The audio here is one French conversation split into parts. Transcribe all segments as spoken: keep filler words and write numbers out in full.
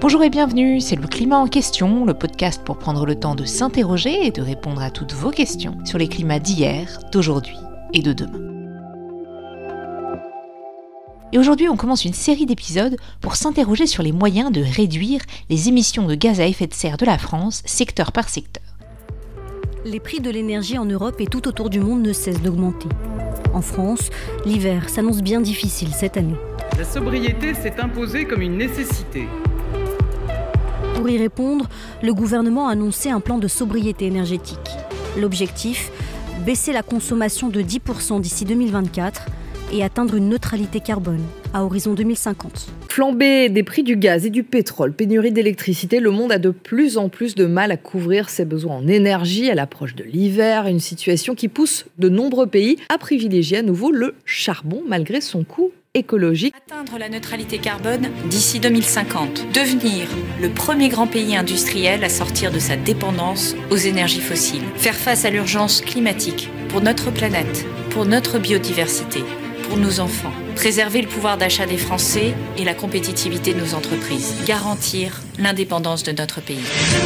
Bonjour et bienvenue, c'est le Climat en question, le podcast pour prendre le temps de s'interroger et de répondre à toutes vos questions sur les climats d'hier, d'aujourd'hui et de demain. Et aujourd'hui, on commence une série d'épisodes pour s'interroger sur les moyens de réduire les émissions de gaz à effet de serre de la France, secteur par secteur. Les prix de l'énergie en Europe et tout autour du monde ne cessent d'augmenter. En France, l'hiver s'annonce bien difficile cette année. La sobriété s'est imposée comme une nécessité. Pour y répondre, le gouvernement a annoncé un plan de sobriété énergétique. L'objectif, baisser la consommation de dix pour cent d'ici deux mille vingt-quatre et atteindre une neutralité carbone à horizon deux mille cinquante. Flambée des prix du gaz et du pétrole, pénurie d'électricité, le monde a de plus en plus de mal à couvrir ses besoins en énergie à l'approche de l'hiver, une situation qui pousse de nombreux pays à privilégier à nouveau le charbon malgré son coût écologique. Atteindre la neutralité carbone d'ici deux mille cinquante. Devenir le premier grand pays industriel à sortir de sa dépendance aux énergies fossiles. Faire face à l'urgence climatique pour notre planète, pour notre biodiversité, pour nos enfants. Préserver le pouvoir d'achat des Français et la compétitivité de nos entreprises. Garantir l'indépendance de notre pays.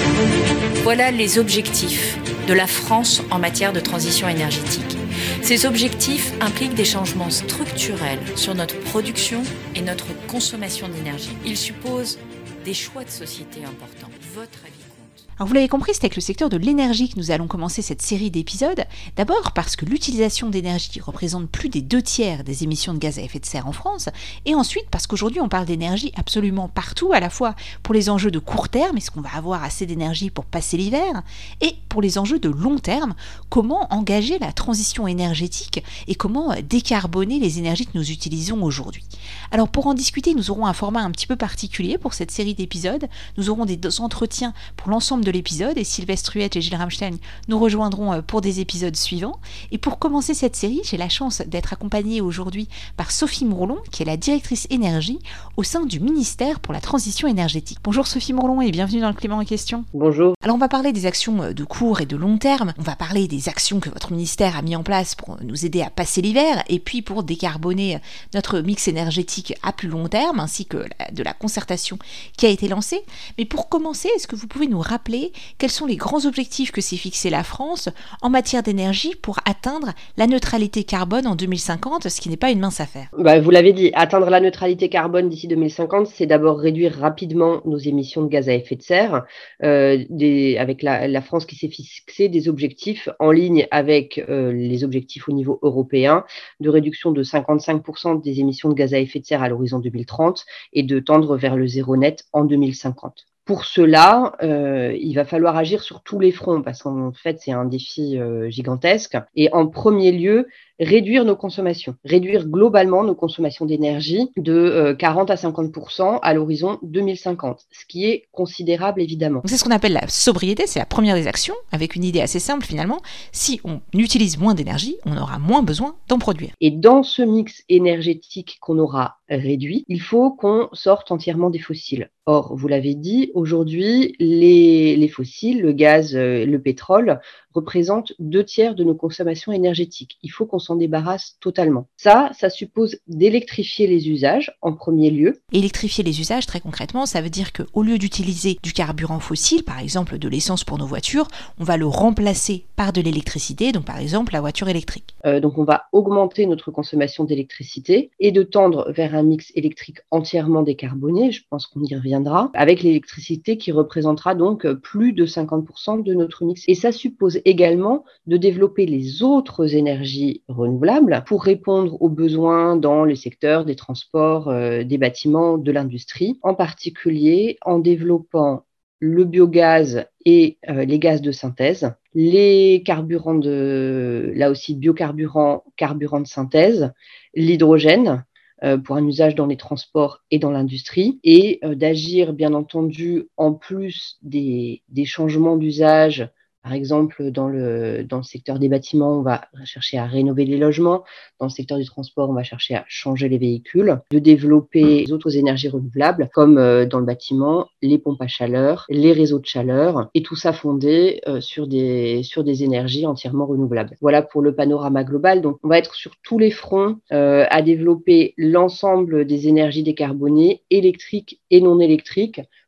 Voilà les objectifs de la France en matière de transition énergétique. Ces objectifs impliquent des changements structurels sur notre production et notre consommation d'énergie. Ils supposent des choix de société importants. Votre avis compte. Alors vous l'avez compris, c'est avec le secteur de l'énergie que nous allons commencer cette série d'épisodes. D'abord parce que l'utilisation d'énergie représente plus des deux tiers des émissions de gaz à effet de serre en France. Et ensuite parce qu'aujourd'hui on parle d'énergie absolument partout, à la fois pour les enjeux de court terme, est-ce qu'on va avoir assez d'énergie pour passer l'hiver, et pour les enjeux de long terme, comment engager la transition énergétique et comment décarboner les énergies que nous utilisons aujourd'hui. Alors pour en discuter, nous aurons un format un petit peu particulier pour cette série d'épisodes. Nous aurons des entretiens pour l'ensemble de l'épisode et Sylvestre Huette et Gilles Ramstein nous rejoindront pour des épisodes suivants. Et pour commencer cette série, j'ai la chance d'être accompagnée aujourd'hui par Sophie Mourlon, qui est la directrice énergie au sein du ministère pour la transition énergétique. Bonjour Sophie Mourlon et bienvenue dans le Climat en question. Bonjour. Alors on va parler des actions de court et de long terme, on va parler des actions que votre ministère a mis en place pour nous aider à passer l'hiver et puis pour décarboner notre mix énergétique à plus long terme, ainsi que de la concertation qui a été lancée. Mais pour commencer, est-ce que vous pouvez nous rappeler quels sont les grands objectifs que s'est fixé la France en matière d'énergie pour atteindre la neutralité carbone en deux mille cinquante, ce qui n'est pas une mince affaire? Bah, vous l'avez dit, atteindre la neutralité carbone d'ici deux mille cinquante, c'est d'abord réduire rapidement nos émissions de gaz à effet de serre, euh, des, avec la, la France qui s'est fixé des objectifs en ligne avec euh, les objectifs au niveau européen de réduction de cinquante-cinq pour cent des émissions de gaz à effet de serre à l'horizon deux mille trente et de tendre vers le zéro net en deux mille cinquante. Pour cela, euh, il va falloir agir sur tous les fronts parce qu'en fait, c'est un défi euh, gigantesque. Et en premier lieu, réduire nos consommations, réduire globalement nos consommations d'énergie de euh, quarante à cinquante pour cent à l'horizon deux mille cinquante, ce qui est considérable évidemment. C'est ce qu'on appelle la sobriété, c'est la première des actions, avec une idée assez simple finalement. Si on utilise moins d'énergie, on aura moins besoin d'en produire. Et dans ce mix énergétique qu'on aura réduit, il faut qu'on sorte entièrement des fossiles. Or, vous l'avez dit, aujourd'hui, les, les fossiles, le gaz, le pétrole, représentent deux tiers de nos consommations énergétiques. Il faut qu'on s'en débarrasse totalement. Ça, ça suppose d'électrifier les usages en premier lieu. Électrifier les usages, très concrètement, ça veut dire qu'au lieu d'utiliser du carburant fossile, par exemple de l'essence pour nos voitures, on va le remplacer par de l'électricité, donc par exemple la voiture électrique. Euh, donc on va augmenter notre consommation d'électricité et de tendre vers un mix électrique entièrement décarboné, je pense qu'on y reviendra, avec l'électricité qui représentera donc plus de cinquante pour cent de notre mix. Et ça suppose également de développer les autres énergies renouvelables pour répondre aux besoins dans les secteurs des transports, euh, des bâtiments, de l'industrie, en particulier en développant le biogaz et euh, les gaz de synthèse, les carburants de, là aussi biocarburants, carburants de synthèse, l'hydrogène, euh, pour un usage dans les transports et dans l'industrie, et euh, d'agir bien entendu en plus des, des changements d'usage. Par exemple, dans le, dans le secteur des bâtiments, on va chercher à rénover les logements. Dans le secteur du transport, on va chercher à changer les véhicules, de développer les autres énergies renouvelables, comme euh, dans le bâtiment, les pompes à chaleur, les réseaux de chaleur, et tout ça fondé euh, sur des, sur des énergies entièrement renouvelables. Voilà pour le panorama global. Donc, on va être sur tous les fronts euh, à développer l'ensemble des énergies décarbonées, électriques et non électriques,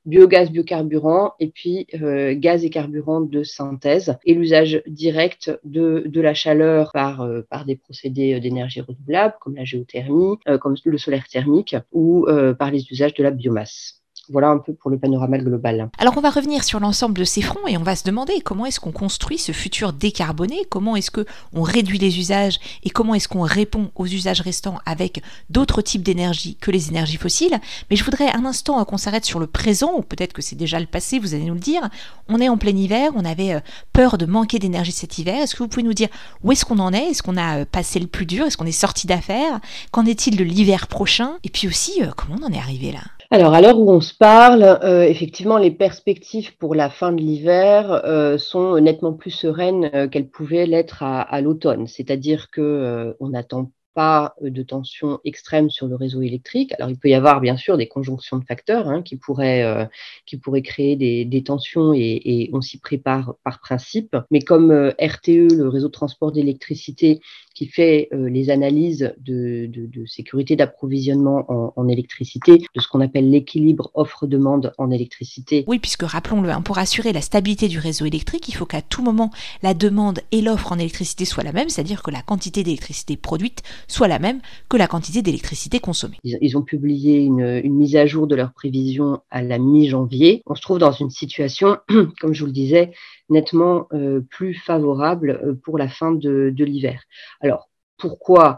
biogaz, biocarburant et puis euh, gaz et carburant de synthèse et l'usage direct de, de la chaleur par, euh, par des procédés d'énergie renouvelable comme la géothermie, euh, comme le solaire thermique ou euh, par les usages de la biomasse. Voilà un peu pour le panorama global. Alors on va revenir sur l'ensemble de ces fronts et on va se demander comment est-ce qu'on construit ce futur décarboné, comment est-ce qu'on réduit les usages et comment est-ce qu'on répond aux usages restants avec d'autres types d'énergie que les énergies fossiles. Mais je voudrais un instant qu'on s'arrête sur le présent, ou peut-être que c'est déjà le passé, vous allez nous le dire. On est en plein hiver, on avait peur de manquer d'énergie cet hiver. Est-ce que vous pouvez nous dire où est-ce qu'on en est? Est-ce qu'on a passé le plus dur? Est-ce qu'on est sorti d'affaires? Qu'en est-il de l'hiver prochain? Et puis aussi, comment on en est arrivé là? Alors, à l'heure où on se parle, euh, effectivement, les perspectives pour la fin de l'hiver euh, sont nettement plus sereines euh, qu'elles pouvaient l'être à, à l'automne. C'est-à-dire que euh, on n'attend pas de tension extrême sur le réseau électrique. Alors, il peut y avoir bien sûr des conjonctions de facteurs hein, qui, pourraient, euh, qui pourraient créer des, des tensions et, et on s'y prépare par principe. Mais comme euh, R T E, le réseau de transport d'électricité, qui fait euh, les analyses de, de, de sécurité d'approvisionnement en, en électricité, de ce qu'on appelle l'équilibre offre-demande en électricité. Oui, puisque rappelons-le, hein, pour assurer la stabilité du réseau électrique, il faut qu'à tout moment, la demande et l'offre en électricité soient la même, c'est-à-dire que la quantité d'électricité produite soit la même que la quantité d'électricité consommée. Ils, ils ont publié une, une mise à jour de leurs prévisions à la mi-janvier. On se trouve dans une situation, comme je vous le disais, nettement euh, plus favorable euh, pour la fin de, de l'hiver. Alors, pourquoi ?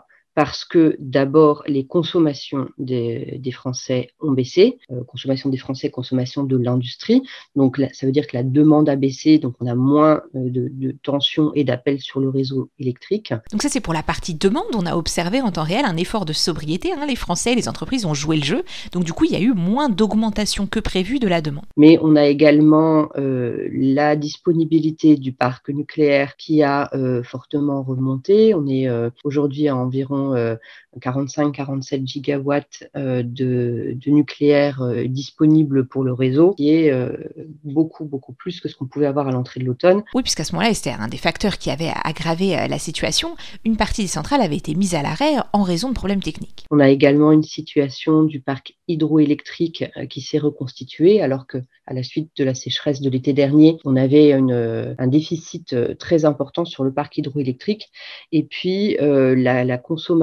Parce que d'abord, les consommations des, des Français ont baissé, euh, consommation des Français, consommation de l'industrie. Donc, là, ça veut dire que la demande a baissé, donc on a moins euh, de, de tensions et d'appels sur le réseau électrique. Donc ça, c'est pour la partie demande. On a observé en temps réel un effort de sobriété. Hein. Les Français et les entreprises ont joué le jeu. Donc du coup, il y a eu moins d'augmentation que prévu de la demande. Mais on a également euh, la disponibilité du parc nucléaire qui a euh, fortement remonté. On est euh, aujourd'hui à environ quarante-cinq à quarante-sept gigawatts euh, de, de nucléaire euh, disponible pour le réseau, qui est euh, beaucoup, beaucoup plus que ce qu'on pouvait avoir à l'entrée de l'automne. Oui, puisqu'à ce moment-là, c'était un des facteurs qui avait aggravé euh, la situation. Une partie des centrales avait été mise à l'arrêt en raison de problèmes techniques. On a également une situation du parc hydroélectrique euh, qui s'est reconstitué, alors que à la suite de la sécheresse de l'été dernier, on avait une, euh, un déficit euh, très important sur le parc hydroélectrique. Et puis, euh, la, la consommation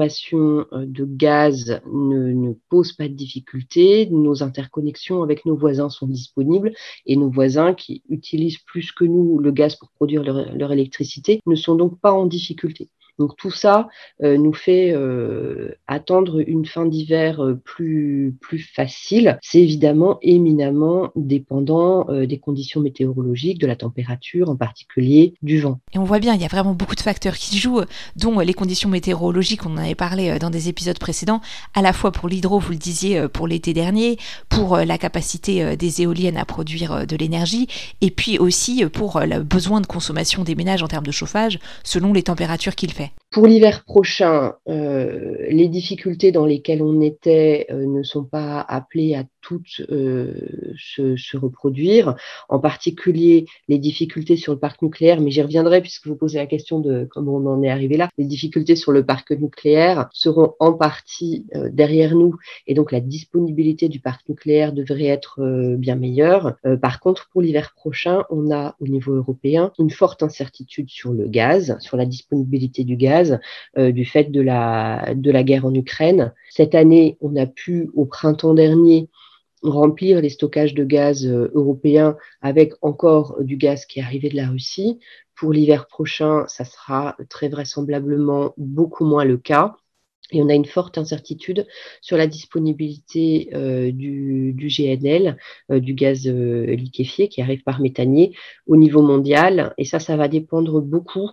de gaz ne, ne pose pas de difficulté. Nos interconnexions avec nos voisins sont disponibles et nos voisins qui utilisent plus que nous le gaz pour produire leur, leur électricité ne sont donc pas en difficulté. Donc tout ça euh, nous fait euh, attendre une fin d'hiver euh, plus, plus facile. C'est évidemment éminemment dépendant euh, des conditions météorologiques, de la température en particulier, du vent. Et on voit bien, il y a vraiment beaucoup de facteurs qui jouent, dont les conditions météorologiques, on en avait parlé dans des épisodes précédents, à la fois pour l'hydro, vous le disiez, pour l'été dernier, pour la capacité des éoliennes à produire de l'énergie, et puis aussi pour le besoin de consommation des ménages en termes de chauffage, selon les températures qu'il fait. Pour l'hiver prochain, euh, les difficultés dans lesquelles on était euh, ne sont pas appelées à toutes euh, se, se reproduire, en particulier les difficultés sur le parc nucléaire, mais j'y reviendrai puisque vous posez la question de comment on en est arrivé là. Les difficultés sur le parc nucléaire seront en partie euh, derrière nous et donc la disponibilité du parc nucléaire devrait être euh, bien meilleure. Euh, par contre, pour l'hiver prochain, on a au niveau européen une forte incertitude sur le gaz, sur la disponibilité du gaz, euh, du fait de la, de la guerre en Ukraine. Cette année, on a pu, au printemps dernier, remplir les stockages de gaz euh, européens avec encore du gaz qui est arrivé de la Russie. Pour l'hiver prochain, ça sera très vraisemblablement beaucoup moins le cas. Et on a une forte incertitude sur la disponibilité euh, du, du G N L, euh, du gaz euh, liquéfié qui arrive par méthanier au niveau mondial. Et ça, ça va dépendre beaucoup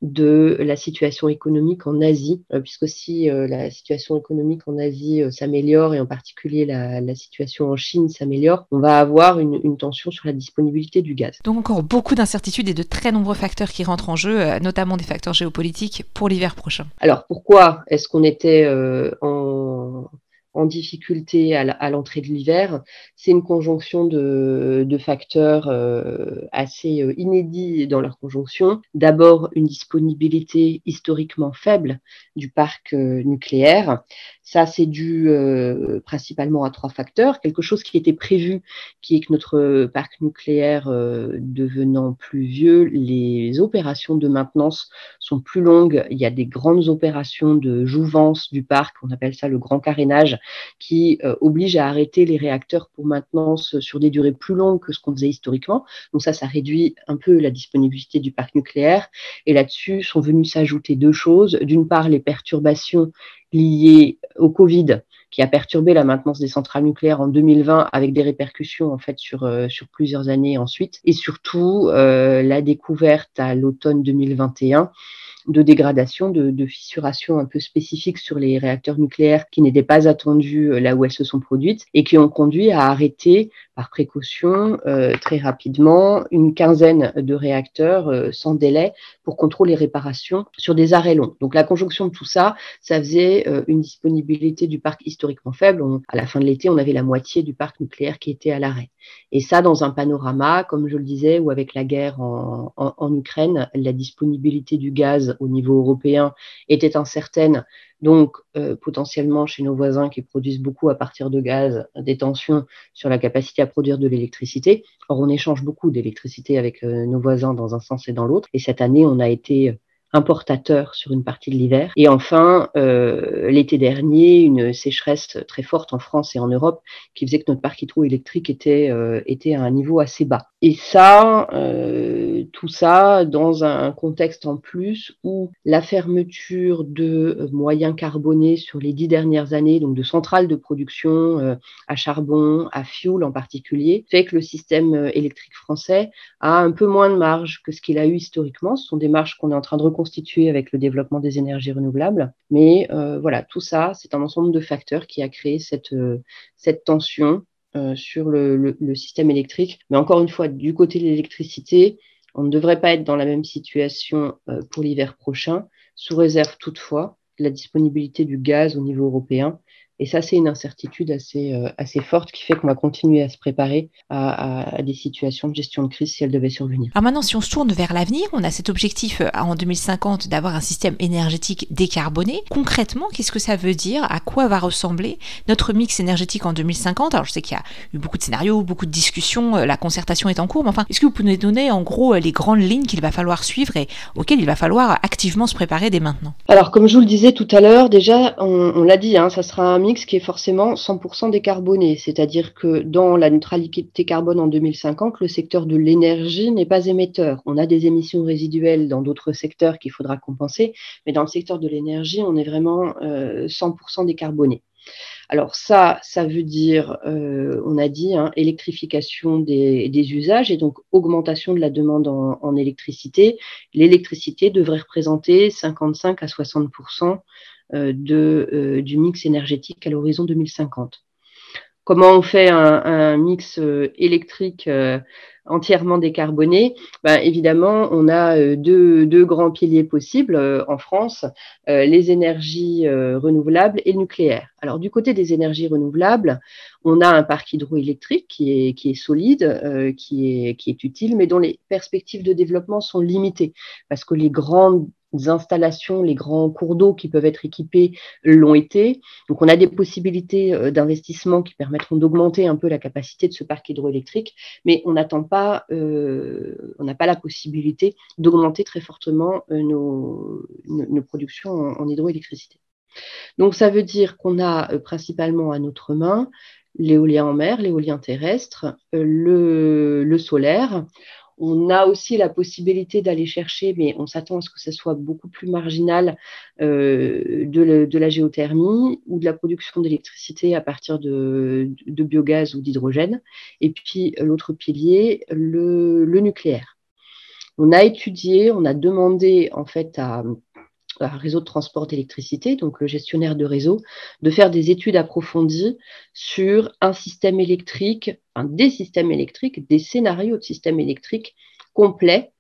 de la situation économique en Asie, euh, puisque si euh, la situation économique en Asie euh, s'améliore, et en particulier la, la situation en Chine s'améliore, on va avoir une, une tension sur la disponibilité du gaz. Donc encore beaucoup d'incertitudes et de très nombreux facteurs qui rentrent en jeu, euh, notamment des facteurs géopolitiques pour l'hiver prochain. Alors pourquoi est-ce qu'on était Euh, en, en difficulté à, à l'entrée de l'hiver, c'est une conjonction de, de facteurs euh, assez euh, inédits dans leur conjonction. D'abord, une disponibilité historiquement faible du parc euh, nucléaire. Ça, c'est dû euh, principalement à trois facteurs. Quelque chose qui était prévu, qui est que notre parc nucléaire euh, devenant plus vieux, les opérations de maintenance sont plus longues. Il y a des grandes opérations de jouvence du parc, on appelle ça le grand carénage, qui euh, oblige à arrêter les réacteurs pour maintenance sur des durées plus longues que ce qu'on faisait historiquement. Donc ça, ça réduit un peu la disponibilité du parc nucléaire. Et là-dessus sont venues s'ajouter deux choses. D'une part, les perturbations liées au Covid, qui a perturbé la maintenance des centrales nucléaires en deux mille vingt avec des répercussions en fait sur, euh, sur plusieurs années ensuite. Et surtout, euh, la découverte à l'automne deux mille vingt et un de dégradation, de, de fissuration un peu spécifiques sur les réacteurs nucléaires qui n'étaient pas attendus là où elles se sont produites et qui ont conduit à arrêter par précaution euh, très rapidement une quinzaine de réacteurs euh, sans délai pour contrôler les réparations sur des arrêts longs. Donc la conjonction de tout ça, ça faisait euh, une disponibilité du parc historiquement faible. On, à la fin de l'été, on avait la moitié du parc nucléaire qui était à l'arrêt. Et ça, dans un panorama, comme je le disais, où avec la guerre en, en, en Ukraine, la disponibilité du gaz au niveau européen était incertaine. Donc, euh, potentiellement, chez nos voisins qui produisent beaucoup à partir de gaz, des tensions sur la capacité à produire de l'électricité. Or, on échange beaucoup d'électricité avec euh, nos voisins dans un sens et dans l'autre. Et cette année, on a été importateur sur une partie de l'hiver. Et enfin, euh, l'été dernier, une sécheresse très forte en France et en Europe qui faisait que notre parc hydroélectrique était, euh, était à un niveau assez bas. Et ça, euh, tout ça dans un contexte en plus où la fermeture de moyens carbonés sur les dix dernières années, donc de centrales de production euh, à charbon, à fioul en particulier, fait que le système électrique français a un peu moins de marge que ce qu'il a eu historiquement. Ce sont des marges qu'on est en train de reconstituer avec le développement des énergies renouvelables. Mais euh, voilà, tout ça, c'est un ensemble de facteurs qui a créé cette, euh, cette tension euh, sur le, le, le système électrique. Mais encore une fois, du côté de l'électricité, on ne devrait pas être dans la même situation euh, pour l'hiver prochain, sous réserve toutefois de la disponibilité du gaz au niveau européen. Et ça, c'est une incertitude assez, euh, assez forte qui fait qu'on va continuer à se préparer à, à, à des situations de gestion de crise si elles devaient survenir. Alors maintenant, si on se tourne vers l'avenir, on a cet objectif euh, en deux mille cinquante d'avoir un système énergétique décarboné. Concrètement, qu'est-ce que ça veut dire? À quoi va ressembler notre mix énergétique en deux mille cinquante? Alors je sais qu'il y a eu beaucoup de scénarios, beaucoup de discussions, euh, la concertation est en cours, mais enfin, est-ce que vous pouvez nous donner en gros les grandes lignes qu'il va falloir suivre et auxquelles il va falloir activement se préparer dès maintenant? Alors comme je vous le disais tout à l'heure, déjà, on, on l'a dit, hein, ça sera un mix qui est forcément cent pour cent décarboné, c'est-à-dire que dans la neutralité carbone en deux mille cinquante, le secteur de l'énergie n'est pas émetteur. On a des émissions résiduelles dans d'autres secteurs qu'il faudra compenser, mais dans le secteur de l'énergie, on est vraiment euh, cent pour cent décarboné. Alors ça, ça veut dire, euh, on a dit, hein, électrification des, des usages et donc augmentation de la demande en, en électricité. L'électricité devrait représenter cinquante-cinq à soixante pour cent de, euh, du mix énergétique à l'horizon deux mille cinquante. Comment on fait un, un mix euh, électrique euh, entièrement décarboné? Ben, évidemment, on a euh, deux, deux grands piliers possibles euh, en France, euh, les énergies euh, renouvelables et le nucléaire. Alors, du côté des énergies renouvelables, on a un parc hydroélectrique qui est, qui est solide, euh, qui est, qui est utile, mais dont les perspectives de développement sont limitées parce que les grandes installations, les grands cours d'eau qui peuvent être équipés l'ont été. Donc, on a des possibilités euh, d'investissement qui permettront d'augmenter un peu la capacité de ce parc hydroélectrique, mais on n'attend pas, euh, on n'a pas la possibilité d'augmenter très fortement euh, nos, nos, nos productions en, en hydroélectricité. Donc, ça veut dire qu'on a euh, principalement à notre main l'éolien en mer, l'éolien terrestre, euh, le, le solaire. On a aussi la possibilité d'aller chercher, mais on s'attend à ce que ce soit beaucoup plus marginal, euh, de, le, de la géothermie ou de la production d'électricité à partir de, de biogaz ou d'hydrogène. Et puis, l'autre pilier, le, le nucléaire. On a étudié, on a demandé en fait à... un réseau de transport d'électricité, donc le gestionnaire de réseau, de faire des études approfondies sur un système électrique, enfin des systèmes électriques, des scénarios de systèmes électriques complets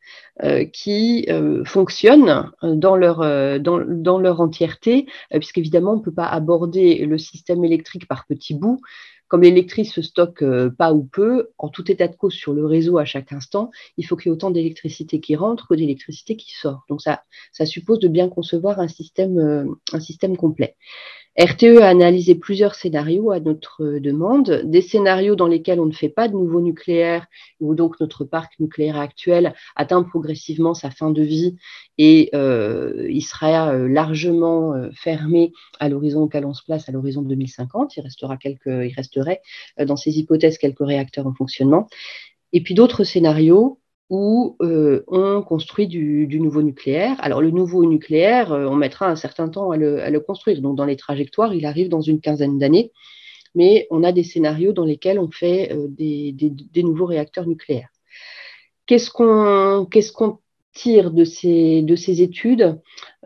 euh, qui euh, fonctionnent dans leur, euh, dans, dans leur entièreté, euh, puisqu'évidemment, on ne peut pas aborder le système électrique par petits bouts. Comme l'électricité se stocke euh, pas ou peu, en tout état de cause sur le réseau à chaque instant, il faut qu'il y ait autant d'électricité qui rentre que d'électricité qui sort. Donc ça, ça suppose de bien concevoir un système, euh, un système complet. R T E a analysé plusieurs scénarios à notre demande, des scénarios dans lesquels on ne fait pas de nouveau nucléaire, où donc notre parc nucléaire actuel atteint progressivement sa fin de vie et euh, il sera largement fermé à l'horizon auquel on se place, à l'horizon deux mille cinquante. Il restera quelques, il resterait dans ces hypothèses quelques réacteurs en fonctionnement. Et puis d'autres scénarios où euh, on construit du, du nouveau nucléaire. Alors, le nouveau nucléaire, euh, on mettra un certain temps à le, à le construire. Donc, dans les trajectoires, il arrive dans une quinzaine d'années. Mais on a des scénarios dans lesquels on fait euh, des, des, des nouveaux réacteurs nucléaires. Qu'est-ce qu'on, qu'est-ce qu'on tire de ces, de ces études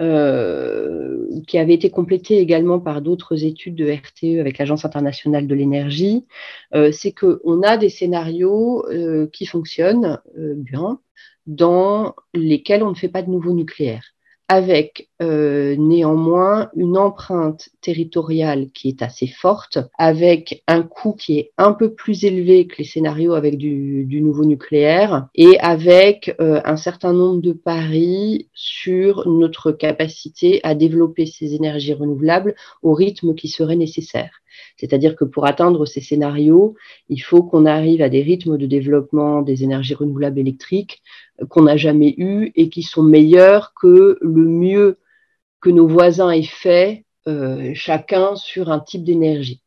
euh, qui avaient été complétées également par d'autres études de R T E avec l'Agence internationale de l'énergie, euh, c'est qu'on a des scénarios euh, qui fonctionnent euh, bien, dans lesquels on ne fait pas de nouveau nucléaire, avec euh, néanmoins une empreinte territoriale qui est assez forte, avec un coût qui est un peu plus élevé que les scénarios avec du, du nouveau nucléaire, et avec euh, un certain nombre de paris sur notre capacité à développer ces énergies renouvelables au rythme qui serait nécessaire. C'est-à-dire que pour atteindre ces scénarios, il faut qu'on arrive à des rythmes de développement des énergies renouvelables électriques qu'on n'a jamais eu et qui sont meilleurs que le mieux que nos voisins aient fait, euh, chacun sur un type d'énergie.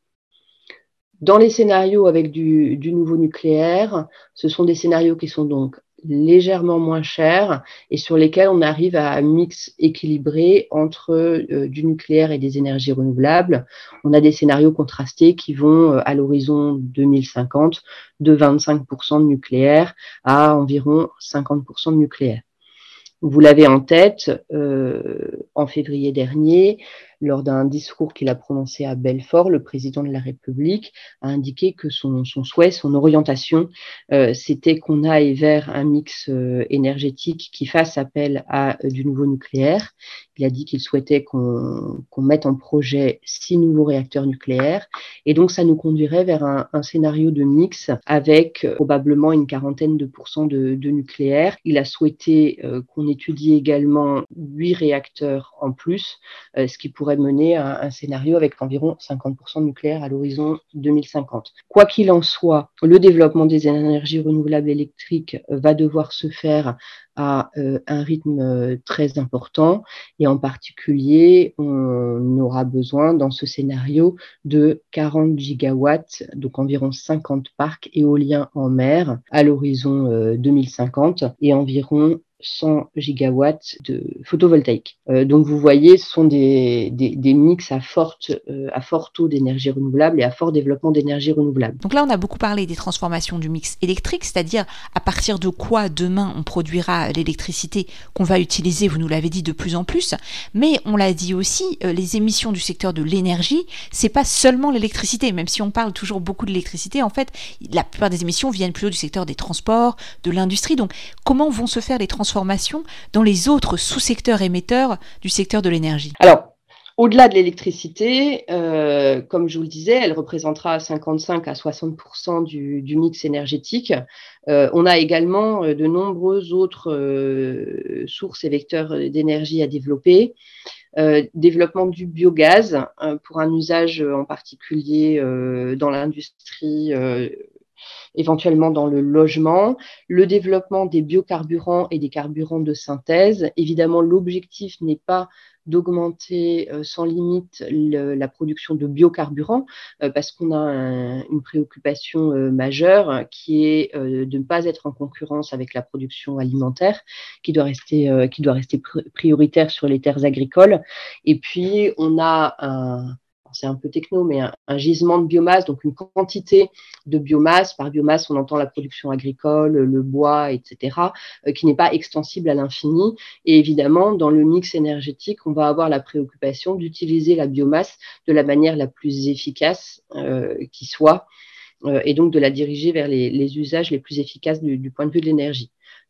Dans les scénarios avec du, du nouveau nucléaire, ce sont des scénarios qui sont donc légèrement moins chers et sur lesquels on arrive à un mix équilibré entre euh, du nucléaire et des énergies renouvelables. On a des scénarios contrastés qui vont euh, à l'horizon deux mille cinquante de vingt-cinq pour cent de nucléaire à environ cinquante pour cent de nucléaire. Vous l'avez en tête, euh, en février dernier, lors d'un discours qu'il a prononcé à Belfort, le président de la République a indiqué que son, son souhait, son orientation, euh, c'était qu'on aille vers un mix euh, énergétique qui fasse appel à euh, du nouveau nucléaire. Il a dit qu'il souhaitait qu'on, qu'on mette en projet six nouveaux réacteurs nucléaires. Et donc, ça nous conduirait vers un, un scénario de mix avec euh, probablement une quarantaine de pourcents de, de nucléaire. Il a souhaité euh, qu'on étudie également huit réacteurs en plus, euh, ce qui pourrait mener à un scénario avec environ cinquante pour cent de nucléaire à l'horizon deux mille cinquante. Quoi qu'il en soit, le développement des énergies renouvelables électriques va devoir se faire à euh, un rythme euh, très important et en particulier, on aura besoin dans ce scénario de quarante gigawatts, donc environ cinquante parcs éoliens en mer à l'horizon euh, deux mille cinquante et environ cent gigawatts de photovoltaïque. Euh, donc vous voyez, ce sont des, des, des mix à, forte, euh, à fort taux d'énergie renouvelable et à fort développement d'énergie renouvelable. Donc là, on a beaucoup parlé des transformations du mix électrique, c'est-à-dire à partir de quoi demain on produira l'électricité qu'on va utiliser, vous nous l'avez dit, de plus en plus, mais on l'a dit aussi, euh, les émissions du secteur de l'énergie, c'est pas seulement l'électricité, même si on parle toujours beaucoup de l'électricité, en fait, la plupart des émissions viennent plutôt du secteur des transports, de l'industrie, donc comment vont se faire les transformations dans les autres sous-secteurs émetteurs du secteur de l'énergie? Alors, au-delà de l'électricité, euh, comme je vous le disais, elle représentera cinquante-cinq à soixante pour cent du, du mix énergétique. Euh, on a également de nombreuses autres euh, sources et vecteurs d'énergie à développer. Euh, développement du biogaz euh, pour un usage en particulier euh, dans l'industrie, euh, éventuellement dans le logement, le développement des biocarburants et des carburants de synthèse. Évidemment, l'objectif n'est pas d'augmenter euh, sans limite le, la production de biocarburants euh, parce qu'on a un, une préoccupation euh, majeure qui est euh, de ne pas être en concurrence avec la production alimentaire qui doit rester, euh, qui doit rester pr- prioritaire sur les terres agricoles. Et puis, on a un c'est un peu techno, mais un, un gisement de biomasse, donc une quantité de biomasse. Par biomasse, on entend la production agricole, le bois, et cetera, euh, qui n'est pas extensible à l'infini. Et évidemment, dans le mix énergétique, on va avoir la préoccupation d'utiliser la biomasse de la manière la plus efficace euh, qui soit, euh, et donc de la diriger vers les, les usages les plus efficaces du, du point de vue de l'énergie.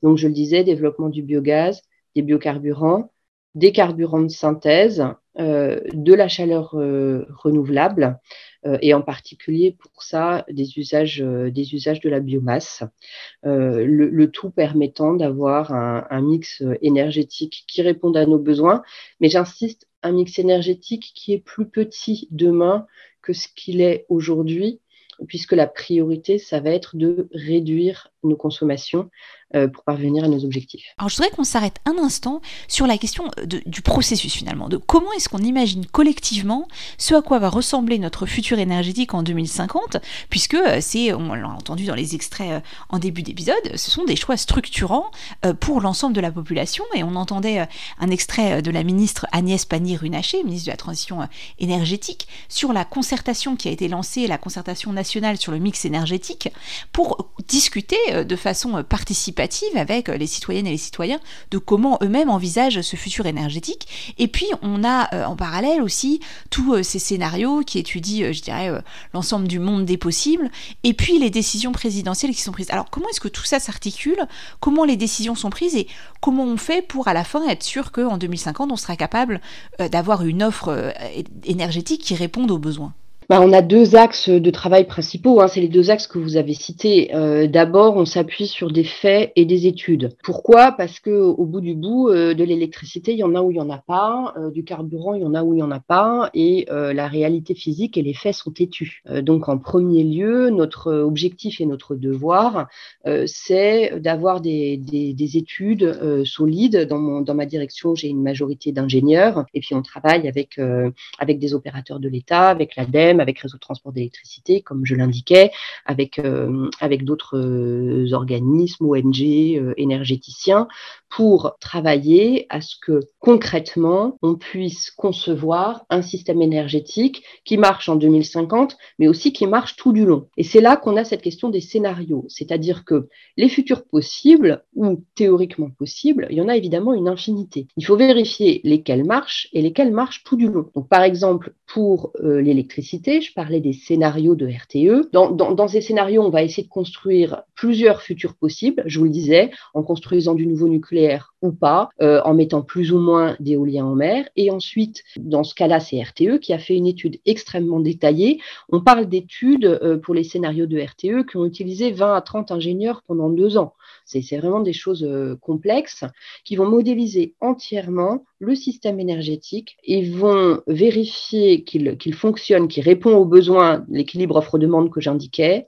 Donc, je le disais, développement du biogaz, des biocarburants, des carburants de synthèse, euh, de la chaleur euh, renouvelable euh, et en particulier pour ça des usages, euh, des usages de la biomasse, euh, le, le tout permettant d'avoir un, un mix énergétique qui réponde à nos besoins, mais j'insiste, un mix énergétique qui est plus petit demain que ce qu'il est aujourd'hui, puisque la priorité, ça va être de réduire nos consommations euh, pour parvenir à nos objectifs. Alors je voudrais qu'on s'arrête un instant sur la question de, du processus finalement, de comment est-ce qu'on imagine collectivement ce à quoi va ressembler notre futur énergétique en deux mille cinquante, puisque c'est, on l'a entendu dans les extraits en début d'épisode, ce sont des choix structurants pour l'ensemble de la population, et on entendait un extrait de la ministre Agnès Pannier-Runacher, ministre de la Transition énergétique, sur la concertation qui a été lancée, la concertation nationale sur le mix énergétique, pour discuter de façon participative avec les citoyennes et les citoyens de comment eux-mêmes envisagent ce futur énergétique. Et puis on a euh, en parallèle aussi tous euh, ces scénarios qui étudient, euh, je dirais, euh, l'ensemble du monde des possibles, et puis les décisions présidentielles qui sont prises. Alors comment est-ce que tout ça s'articule? Comment les décisions sont prises et comment on fait pour à la fin être sûr qu'en deux mille cinquante on sera capable euh, d'avoir une offre euh, énergétique qui réponde aux besoins? Bah, on a deux axes de travail principaux, hein, c'est les deux axes que vous avez cités. Euh, d'abord, on s'appuie sur des faits et des études. Pourquoi ? Parce que au bout du bout, euh, de l'électricité, il y en a où il y en a pas, euh, du carburant, il y en a où il y en a pas, et euh, la réalité physique et les faits sont têtus. Euh, donc, en premier lieu, notre objectif et notre devoir, euh, c'est d'avoir des, des, des études euh, solides. Dans, mon, dans ma direction, j'ai une majorité d'ingénieurs, et puis on travaille avec euh, avec des opérateurs de l'État, avec l'ADEME, avec Réseau de transport d'électricité, comme je l'indiquais, avec, euh, avec d'autres euh, organismes, O N G, euh, énergéticiens, pour travailler à ce que concrètement, on puisse concevoir un système énergétique qui marche en deux mille cinquante, mais aussi qui marche tout du long. Et c'est là qu'on a cette question des scénarios, c'est-à-dire que les futurs possibles, ou théoriquement possibles, il y en a évidemment une infinité. Il faut vérifier lesquels marchent et lesquels marchent tout du long. Donc, par exemple, pour euh, l'électricité, je parlais des scénarios de R T E. Dans, dans, dans ces scénarios, on va essayer de construire plusieurs futurs possibles, je vous le disais, en construisant du nouveau nucléaire ou pas, euh, en mettant plus ou moins d'éolien en mer. Et ensuite, dans ce cas-là, c'est R T E qui a fait une étude extrêmement détaillée. On parle d'études euh, pour les scénarios de R T E qui ont utilisé vingt à trente ingénieurs pendant deux ans. C'est, c'est vraiment des choses euh, complexes qui vont modéliser entièrement le système énergétique et vont vérifier qu'il, qu'il fonctionne, qu'il répond aux besoins, l'équilibre offre-demande que j'indiquais,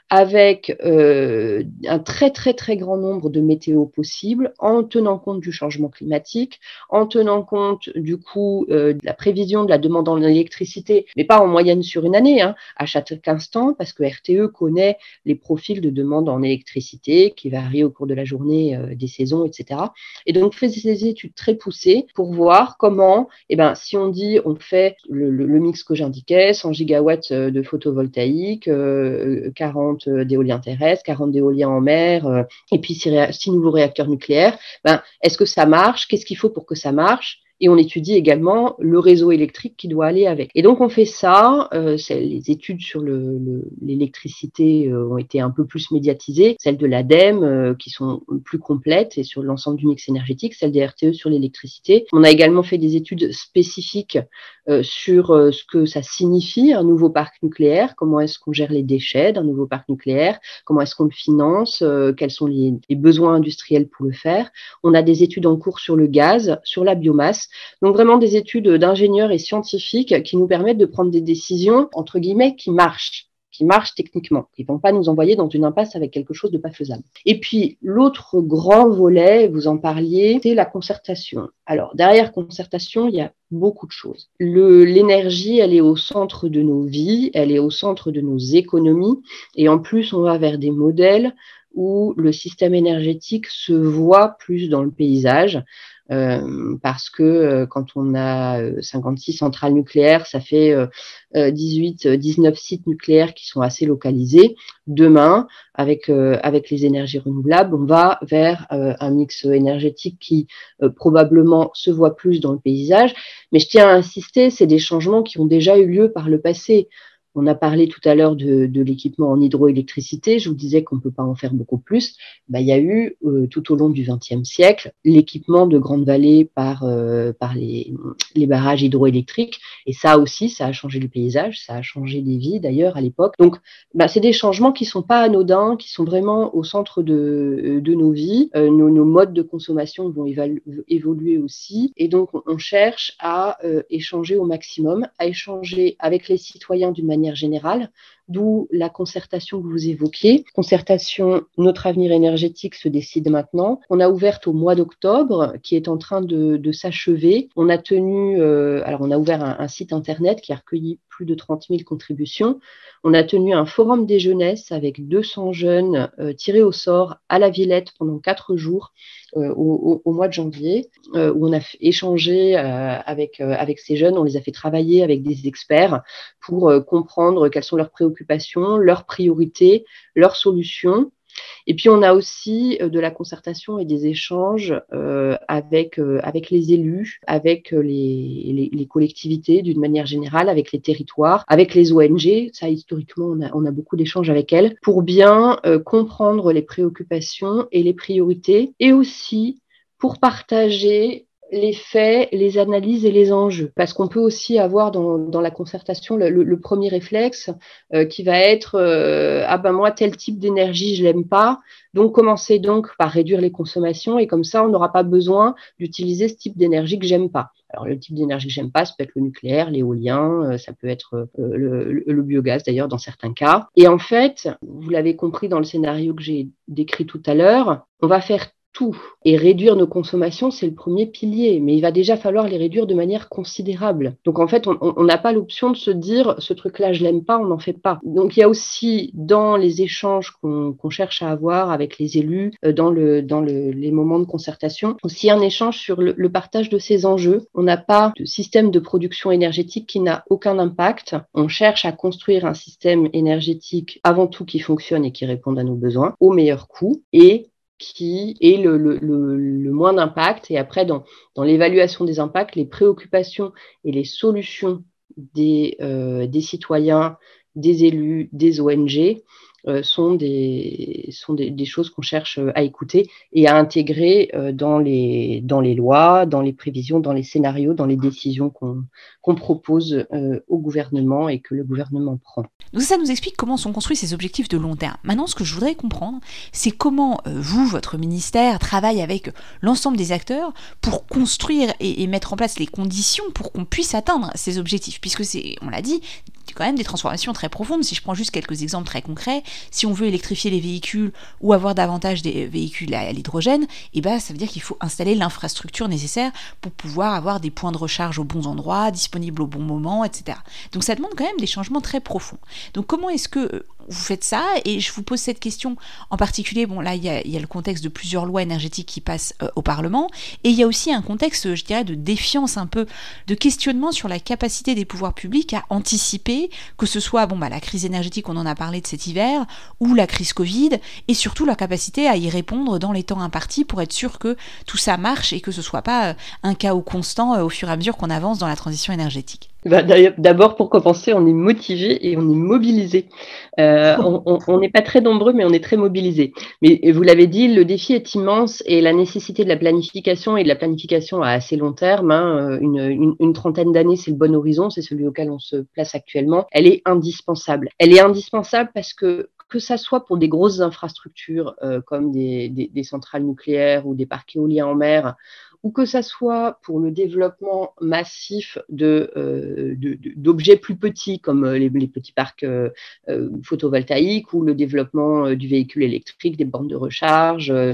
avec euh, un très très très grand nombre de météos possibles, en tenant compte du changement climatique, en tenant compte du coup euh, de la prévision de la demande en électricité, mais pas en moyenne sur une année, hein, à chaque instant, parce que R T E connaît les profils de demande en électricité qui varient au cours de la journée, euh, des saisons, et cetera. Et donc fait des études très poussées pour voir comment, eh ben, si on dit on fait le, le, le mix que j'indiquais, cent gigawatts de photovoltaïque, euh, quarante d'éolien terrestre, quarante d'éolien en mer, euh, et puis six, ré- six nouveaux réacteurs nucléaires, ben, est-ce que ça marche? Qu'est-ce qu'il faut pour que ça marche? Et on étudie également le réseau électrique qui doit aller avec. Et donc on fait ça, euh, c'est, les études sur le, le, l'électricité euh, ont été un peu plus médiatisées, celles de l'ADEME euh, qui sont plus complètes et sur l'ensemble du mix énergétique, celles des R T E sur l'électricité. On a également fait des études spécifiques euh, sur euh, ce que ça signifie un nouveau parc nucléaire, comment est-ce qu'on gère les déchets d'un nouveau parc nucléaire, comment est-ce qu'on le finance, euh, quels sont les, les besoins industriels pour le faire. On a des études en cours sur le gaz, sur la biomasse. Donc vraiment des études d'ingénieurs et scientifiques qui nous permettent de prendre des décisions, entre guillemets, qui marchent, qui marchent techniquement, qui ne vont pas nous envoyer dans une impasse avec quelque chose de pas faisable. Et puis, l'autre grand volet, vous en parliez, c'est la concertation. Alors, derrière concertation, il y a beaucoup de choses. Le, l'énergie, elle est au centre de nos vies, elle est au centre de nos économies, et en plus, on va vers des modèles où le système énergétique se voit plus dans le paysage. Euh, parce que euh, quand on a euh, cinquante-six centrales nucléaires, ça fait euh, dix-huit, dix-neuf sites nucléaires qui sont assez localisés. Demain, avec euh, avec les énergies renouvelables, on va vers euh, un mix énergétique qui euh, probablement se voit plus dans le paysage. Mais je tiens à insister, c'est des changements qui ont déjà eu lieu par le passé. On a parlé tout à l'heure de, de l'équipement en hydroélectricité. Je vous disais qu'on ne peut pas en faire beaucoup plus. Ben, il y a eu, euh, tout au long du vingtième siècle, l'équipement de grandes vallées par, euh, par les, les barrages hydroélectriques. Et ça aussi, ça a changé le paysage, ça a changé des vies d'ailleurs à l'époque. Donc, ben, c'est des changements qui ne sont pas anodins, qui sont vraiment au centre de, de nos vies. Euh, nos, nos modes de consommation vont évalu- évoluer aussi. Et donc, on, on cherche à euh, échanger au maximum, à échanger avec les citoyens d'une manière générale, d'où la concertation que vous évoquiez. Concertation, notre avenir énergétique se décide maintenant. On a ouverte au mois d'octobre, qui est en train de, de s'achever. On a tenu, euh, alors on a ouvert un, un site internet qui a recueilli plus de trente mille contributions. On a tenu un forum des jeunesses avec deux cents jeunes euh, tirés au sort à la Villette pendant quatre jours euh, au, au, au mois de janvier, euh, où on a f- échangé euh, avec, euh, avec ces jeunes. On les a fait travailler avec des experts pour euh, comprendre quelles sont leurs préoccupations, leurs priorités, leurs solutions. Et puis, on a aussi euh, de la concertation et des échanges euh, avec, euh, avec les élus, avec euh, les, les, les collectivités d'une manière générale, avec les territoires, avec les O N G. Ça, historiquement, on a, on a beaucoup d'échanges avec elles pour bien euh, comprendre les préoccupations et les priorités, et aussi pour partager les faits, les analyses et les enjeux. Parce qu'on peut aussi avoir dans, dans la concertation le, le, le premier réflexe euh, qui va être euh, « Ah ben moi, tel type d'énergie, je l'aime pas, donc commencez donc par réduire les consommations et comme ça, on n'aura pas besoin d'utiliser ce type d'énergie que j'aime pas. » Alors, le type d'énergie que j'aime pas, ça peut être le nucléaire, l'éolien, euh, ça peut être euh, le, le, le biogaz d'ailleurs dans certains cas. Et en fait, vous l'avez compris dans le scénario que j'ai décrit tout à l'heure, on va faire tout. Et réduire nos consommations, c'est le premier pilier, mais il va déjà falloir les réduire de manière considérable. Donc en fait, on n'a pas l'option de se dire ce truc-là, je l'aime pas, on n'en fait pas. Donc il y a aussi dans les échanges qu'on qu'on cherche à avoir avec les élus, dans, le, dans le, les moments de concertation, aussi un échange sur le, le partage de ces enjeux. On n'a pas de système de production énergétique qui n'a aucun impact. On cherche à construire un système énergétique avant tout qui fonctionne et qui réponde à nos besoins au meilleur coût et qui ait le, le, le, le moins d'impact. Et après, dans, dans l'évaluation des impacts, les préoccupations et les solutions des, euh, des citoyens, des élus, des O N G euh, sont, des, sont des, des choses qu'on cherche à écouter et à intégrer euh, dans, les, dans les lois, dans les prévisions, dans les scénarios, dans les décisions qu'on, qu'on propose euh, au gouvernement et que le gouvernement prend. Donc ça nous explique comment sont construits ces objectifs de long terme. Maintenant, ce que je voudrais comprendre, c'est comment euh, vous, votre ministère, travaille avec l'ensemble des acteurs pour construire et, et mettre en place les conditions pour qu'on puisse atteindre ces objectifs. Puisque c'est, on l'a dit, quand même des transformations très profondes. Si je prends juste quelques exemples très concrets, si on veut électrifier les véhicules ou avoir davantage des véhicules à l'hydrogène, eh ben, ça veut dire qu'il faut installer l'infrastructure nécessaire pour pouvoir avoir des points de recharge aux bons endroits, disponibles au bon moment, et cetera. Donc ça demande quand même des changements très profonds. Donc comment est-ce que vous faites ça? Et je vous pose cette question en particulier, bon là il y a, il y a le contexte de plusieurs lois énergétiques qui passent euh, au Parlement, et il y a aussi un contexte, je dirais, de défiance un peu, de questionnement sur la capacité des pouvoirs publics à anticiper, que ce soit bon, bah, la crise énergétique, on en a parlé de cet hiver, ou la crise Covid, et surtout leur capacité à y répondre dans les temps impartis pour être sûr que tout ça marche et que ce soit pas euh, un chaos constant euh, au fur et à mesure qu'on avance dans la transition énergétique. Bah, d'abord, pour commencer, on est motivé et on est mobilisé. Euh, on n'est pas très nombreux, mais on est très mobilisés. Mais vous l'avez dit, le défi est immense et la nécessité de la planification et de la planification à assez long terme, hein, une, une, une trentaine d'années, c'est le bon horizon, c'est celui auquel on se place actuellement, elle est indispensable. Elle est indispensable parce que que ça soit pour des grosses infrastructures euh, comme des, des, des centrales nucléaires ou des parcs éoliens en mer, ou que ça soit pour le développement massif de, euh, de, de, d'objets plus petits comme les, les petits parcs euh, euh, photovoltaïques ou le développement euh, du véhicule électrique, des bornes de recharge, euh,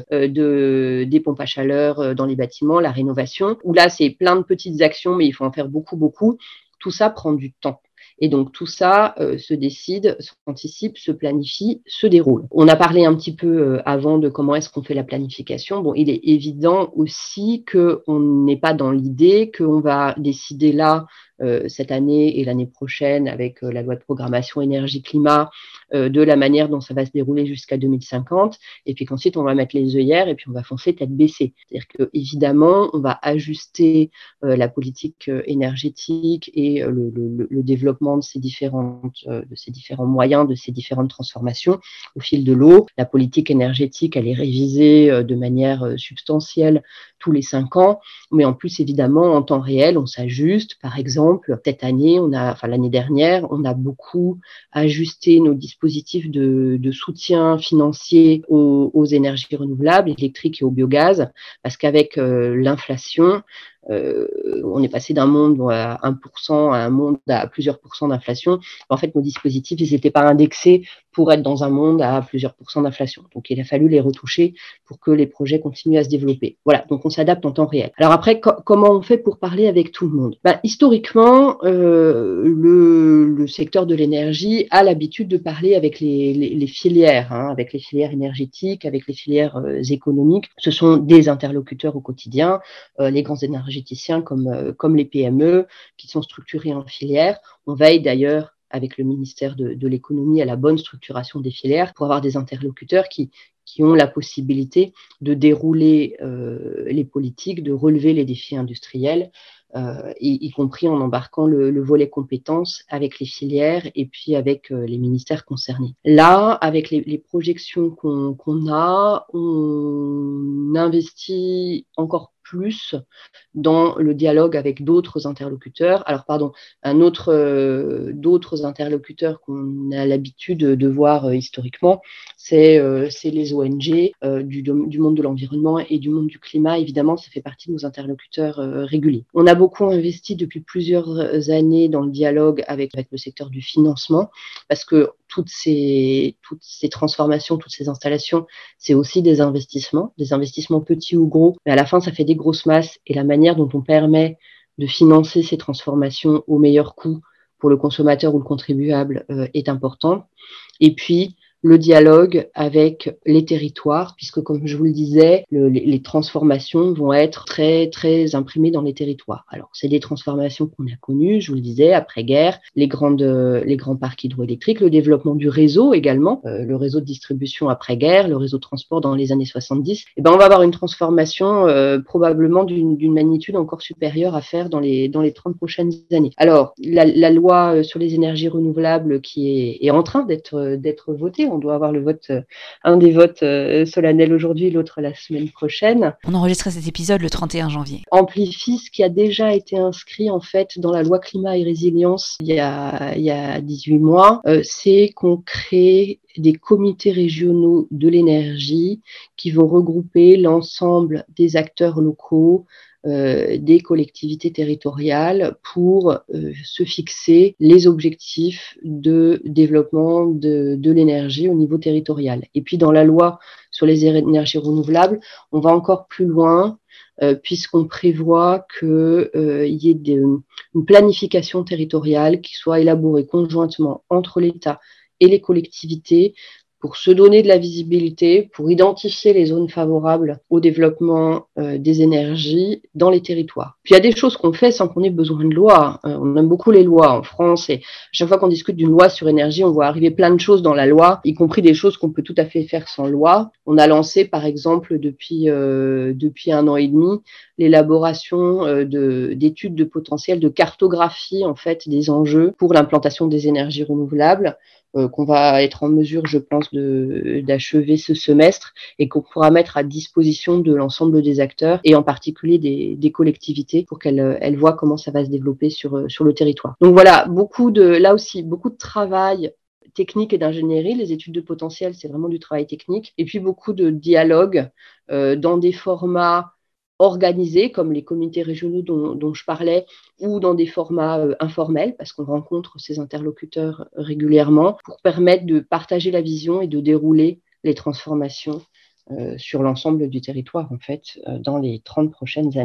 de, des pompes à chaleur dans les bâtiments, la rénovation, où là c'est plein de petites actions mais il faut en faire beaucoup, beaucoup. Tout ça prend du temps. Et donc, tout ça euh, se décide, s'anticipe, se planifie, se déroule. On a parlé un petit peu euh, avant de comment est-ce qu'on fait la planification. Bon, il est évident aussi qu'on n'est pas dans l'idée qu'on va décider là, euh, cette année et l'année prochaine, avec euh, la loi de programmation énergie-climat, euh, de la manière dont ça va se dérouler jusqu'à deux mille cinquante, et puis qu'ensuite on va mettre les œillères et puis on va foncer tête baissée. C'est-à-dire qu'évidemment, on va ajuster euh, la politique euh, énergétique et euh, le, le, le développement de ces, différentes, euh, de ces différents moyens, de ces différentes transformations au fil de l'eau. La politique énergétique, elle est révisée euh, de manière euh, substantielle tous les cinq ans, mais en plus, évidemment, en temps réel, on s'ajuste. Par exemple, cette année, on a, enfin l'année dernière, on a beaucoup ajusté nos dispositifs de, de soutien financier aux, aux énergies renouvelables, électriques et au biogaz, parce qu'avec euh, l'inflation, Euh, on est passé d'un monde à un pour cent à un monde à plusieurs pourcents d'inflation. En fait, nos dispositifs, ils n'étaient pas indexés pour être dans un monde à plusieurs pourcents d'inflation. Donc, il a fallu les retoucher pour que les projets continuent à se développer. Voilà, donc on s'adapte en temps réel. Alors après, co- comment on fait pour parler avec tout le monde ? Ben, historiquement, euh, le, le secteur de l'énergie a l'habitude de parler avec les, les, les filières, hein, avec les filières énergétiques, avec les filières euh, économiques. Ce sont des interlocuteurs au quotidien, euh, les grands énergéticiens comme, euh, comme les P M E qui sont structurés en filières. On veille d'ailleurs avec le ministère de, de l'économie à la bonne structuration des filières pour avoir des interlocuteurs qui, qui ont la possibilité de dérouler euh, les politiques, de relever les défis industriels, euh, y, y compris en embarquant le, le volet compétences avec les filières et puis avec euh, les ministères concernés. Là, avec les, les projections qu'on, qu'on a, on investit encore plus dans le dialogue avec d'autres interlocuteurs. Alors, pardon, un autre, euh, d'autres interlocuteurs qu'on a l'habitude de, de voir euh, historiquement, c'est, euh, c'est les O N G euh, du, du monde de l'environnement et du monde du climat. Évidemment, ça fait partie de nos interlocuteurs euh, réguliers. On a beaucoup investi depuis plusieurs années dans le dialogue avec, avec le secteur du financement, parce que toutes ces, toutes ces transformations, toutes ces installations, c'est aussi des investissements, des investissements petits ou gros, mais à la fin, ça fait des grosses masses, et la manière dont on permet de financer ces transformations au meilleur coût pour le consommateur ou le contribuable euh, est important. Et puis, le dialogue avec les territoires, puisque comme je vous le disais, le, les, les transformations vont être très, très imprimées dans les territoires. Alors, c'est des transformations qu'on a connues, je vous le disais, après-guerre, les, grandes, les grands parcs hydroélectriques, le développement du réseau également, euh, le réseau de distribution après-guerre, le réseau de transport dans les années soixante-dix. Et ben, on va avoir une transformation euh, probablement d'une, d'une magnitude encore supérieure à faire dans les, dans les trente prochaines années. Alors, la, la loi sur les énergies renouvelables qui est, est en train d'être, d'être votée, on doit avoir le vote, euh, un des votes euh, solennels aujourd'hui, l'autre la semaine prochaine. On enregistre cet épisode le trente et un janvier. Amplifie ce qui a déjà été inscrit en fait dans la loi climat et résilience il y a, il y a dix-huit mois, euh, c'est qu'on crée des comités régionaux de l'énergie qui vont regrouper l'ensemble des acteurs locaux, Euh, des collectivités territoriales pour euh, se fixer les objectifs de développement de, de l'énergie au niveau territorial. Et puis dans la loi sur les énergies renouvelables, on va encore plus loin euh, puisqu'on prévoit qu'il euh, y ait des, une planification territoriale qui soit élaborée conjointement entre l'État et les collectivités pour se donner de la visibilité, pour identifier les zones favorables au développement euh, des énergies dans les territoires. Puis il y a des choses qu'on fait sans qu'on ait besoin de loi. Euh, on aime beaucoup les lois en France et à chaque fois qu'on discute d'une loi sur énergie, on voit arriver plein de choses dans la loi, y compris des choses qu'on peut tout à fait faire sans loi. On a lancé par exemple depuis, euh, depuis un an et demi l'élaboration euh, de, d'études de potentiel, de cartographie en fait des enjeux pour l'implantation des énergies renouvelables. Euh, qu'on va être en mesure, je pense, de, d'achever ce semestre et qu'on pourra mettre à disposition de l'ensemble des acteurs et en particulier des, des collectivités pour qu'elles elles voient comment ça va se développer sur, sur le territoire. Donc voilà, beaucoup de, là aussi, beaucoup de travail technique et d'ingénierie. Les études de potentiel, c'est vraiment du travail technique. Et puis beaucoup de dialogue euh, dans des formats organisés, comme les comités régionaux dont, dont je parlais, ou dans des formats euh, informels, parce qu'on rencontre ces interlocuteurs régulièrement, pour permettre de partager la vision et de dérouler les transformations euh, sur l'ensemble du territoire, en fait, euh, dans les trente prochaines années.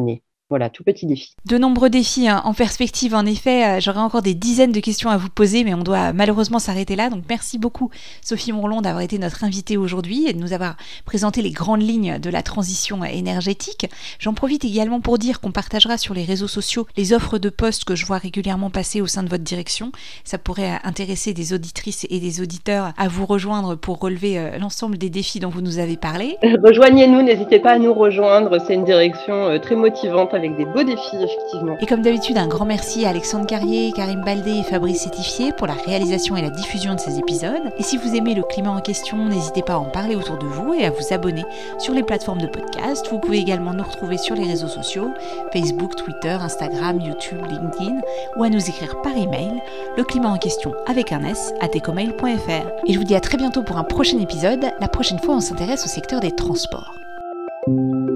Voilà, tout petit défi. De nombreux défis hein, en perspective, en effet. Euh, j'aurais encore des dizaines de questions à vous poser, mais on doit malheureusement s'arrêter là. Donc merci beaucoup Sophie Mourlon d'avoir été notre invitée aujourd'hui et de nous avoir présenté les grandes lignes de la transition énergétique. J'en profite également pour dire qu'on partagera sur les réseaux sociaux les offres de postes que je vois régulièrement passer au sein de votre direction. Ça pourrait intéresser des auditrices et des auditeurs à vous rejoindre pour relever euh, l'ensemble des défis dont vous nous avez parlé. Rejoignez-nous, n'hésitez pas à nous rejoindre. C'est une direction euh, très motivante avec des beaux défis, effectivement. Et comme d'habitude, un grand merci à Alexandre Carrier, Karim Baldé et Fabrice Sétifier pour la réalisation et la diffusion de ces épisodes. Et si vous aimez le climat en question, n'hésitez pas à en parler autour de vous et à vous abonner sur les plateformes de podcast. Vous pouvez également nous retrouver sur les réseaux sociaux, Facebook, Twitter, Instagram, YouTube, LinkedIn, ou à nous écrire par email, le climat en question avec un S, à tecomail point f r. Et je vous dis à très bientôt pour un prochain épisode. La prochaine fois, on s'intéresse au secteur des transports.